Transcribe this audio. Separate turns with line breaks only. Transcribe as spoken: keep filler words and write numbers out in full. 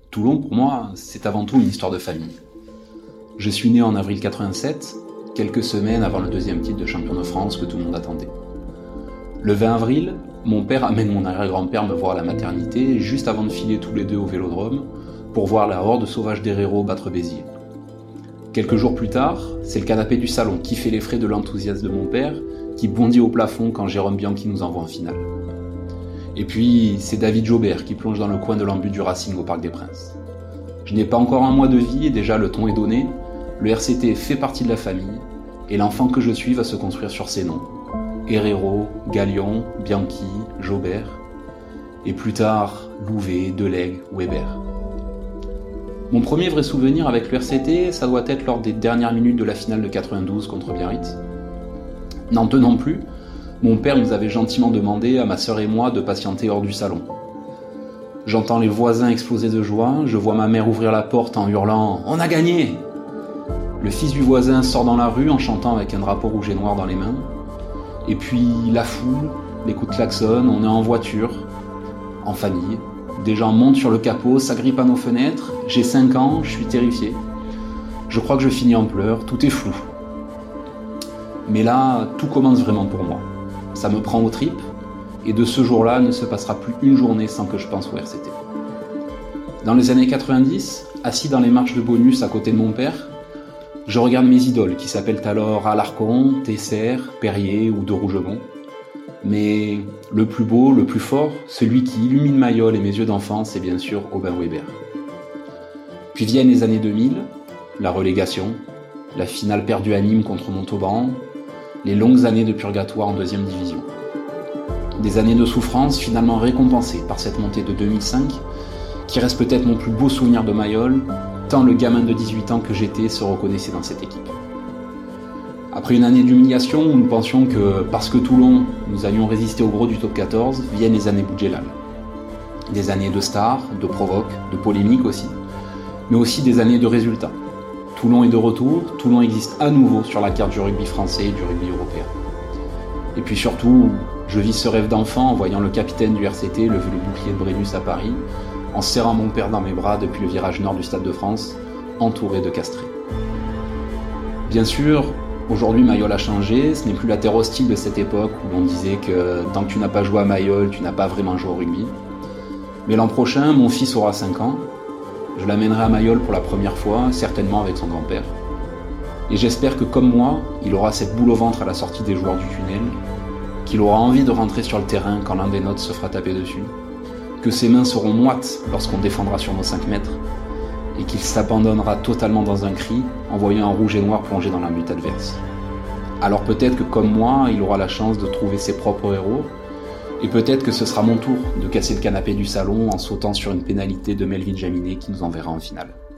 Toulon, pour moi, c'est avant tout une histoire de famille. Je suis né en avril quatre-vingt-sept, quelques semaines avant le deuxième titre de champion de France que tout le monde attendait. Le vingt avril, mon père amène mon arrière-grand-père me voir à la maternité, juste avant de filer tous les deux au vélodrome, pour voir la horde sauvage d'Herero battre Béziers. Quelques jours plus tard, c'est le canapé du salon qui fait les frais de l'enthousiasme de mon père, qui bondit au plafond quand Jérôme Bianchi nous envoie en finale. Et puis, c'est David Jobert qui plonge dans le coin de l'embut du Racing au Parc des Princes. Je n'ai pas encore un mois de vie et déjà le ton est donné, le R C T fait partie de la famille, et l'enfant que je suis va se construire sur ses noms. Herero, Gallion, Bianchi, Jobert, et plus tard, Louvet, Delegue, Weber. Mon premier vrai souvenir avec le R C T, ça doit être lors des dernières minutes de la finale de quatre-vingt-douze contre Biarritz. N'en tenant plus, mon père nous avait gentiment demandé, à ma sœur et moi, de patienter hors du salon. J'entends les voisins exploser de joie, je vois ma mère ouvrir la porte en hurlant « On a gagné !» Le fils du voisin sort dans la rue en chantant avec un drapeau rouge et noir dans les mains. Et puis la foule, les coups de klaxon, on est en voiture, en famille. Des gens montent sur le capot, s'agrippent à nos fenêtres. J'ai cinq ans, je suis terrifié. Je crois que je finis en pleurs, tout est flou. Mais là, tout commence vraiment pour moi. Ça me prend aux tripes, et de ce jour-là ne se passera plus une journée sans que je pense au R C T. Dans les années quatre-vingt-dix, assis dans les marches de bonus à côté de mon père, je regarde mes idoles qui s'appellent alors Alarcon, Tesser, Perrier ou de Rougemont. Mais le plus beau, le plus fort, celui qui illumine ma gueule et mes yeux d'enfant, c'est bien sûr Aubin Weber. Puis viennent les années deux mille, la relégation, la finale perdue à Nîmes contre Montauban, les longues années de purgatoire en deuxième division. Des années de souffrance finalement récompensées par cette montée de deux mille cinq, qui reste peut-être mon plus beau souvenir de Mayol, tant le gamin de dix-huit ans que j'étais se reconnaissait dans cette équipe. Après une année d'humiliation où nous pensions que, parce que Toulon, nous allions résister au gros du top quatorze, viennent les années Boudjelal. Des années de stars, de provoques, de polémiques aussi, mais aussi des années de résultats. Toulon est de retour, Toulon existe à nouveau sur la carte du rugby français et du rugby européen. Et puis surtout, je vis ce rêve d'enfant en voyant le capitaine du R C T lever le bouclier de Brennus à Paris, en serrant mon père dans mes bras depuis le virage nord du Stade de France, entouré de castrés. Bien sûr, aujourd'hui Mayol a changé, ce n'est plus la terre hostile de cette époque où l'on disait que tant que tu n'as pas joué à Mayol, tu n'as pas vraiment joué au rugby. Mais l'an prochain, mon fils aura cinq ans, je l'amènerai à Mayol pour la première fois, certainement avec son grand-père. Et j'espère que comme moi, il aura cette boule au ventre à la sortie des joueurs du tunnel, qu'il aura envie de rentrer sur le terrain quand l'un des nôtres se fera taper dessus, que ses mains seront moites lorsqu'on défendra sur nos cinq mètres, et qu'il s'abandonnera totalement dans un cri en voyant un rouge et noir plonger dans la lutte adverse. Alors peut-être que comme moi, il aura la chance de trouver ses propres héros, et peut-être que ce sera mon tour de casser le canapé du salon en sautant sur une pénalité de Melvin Jaminet qui nous enverra en finale.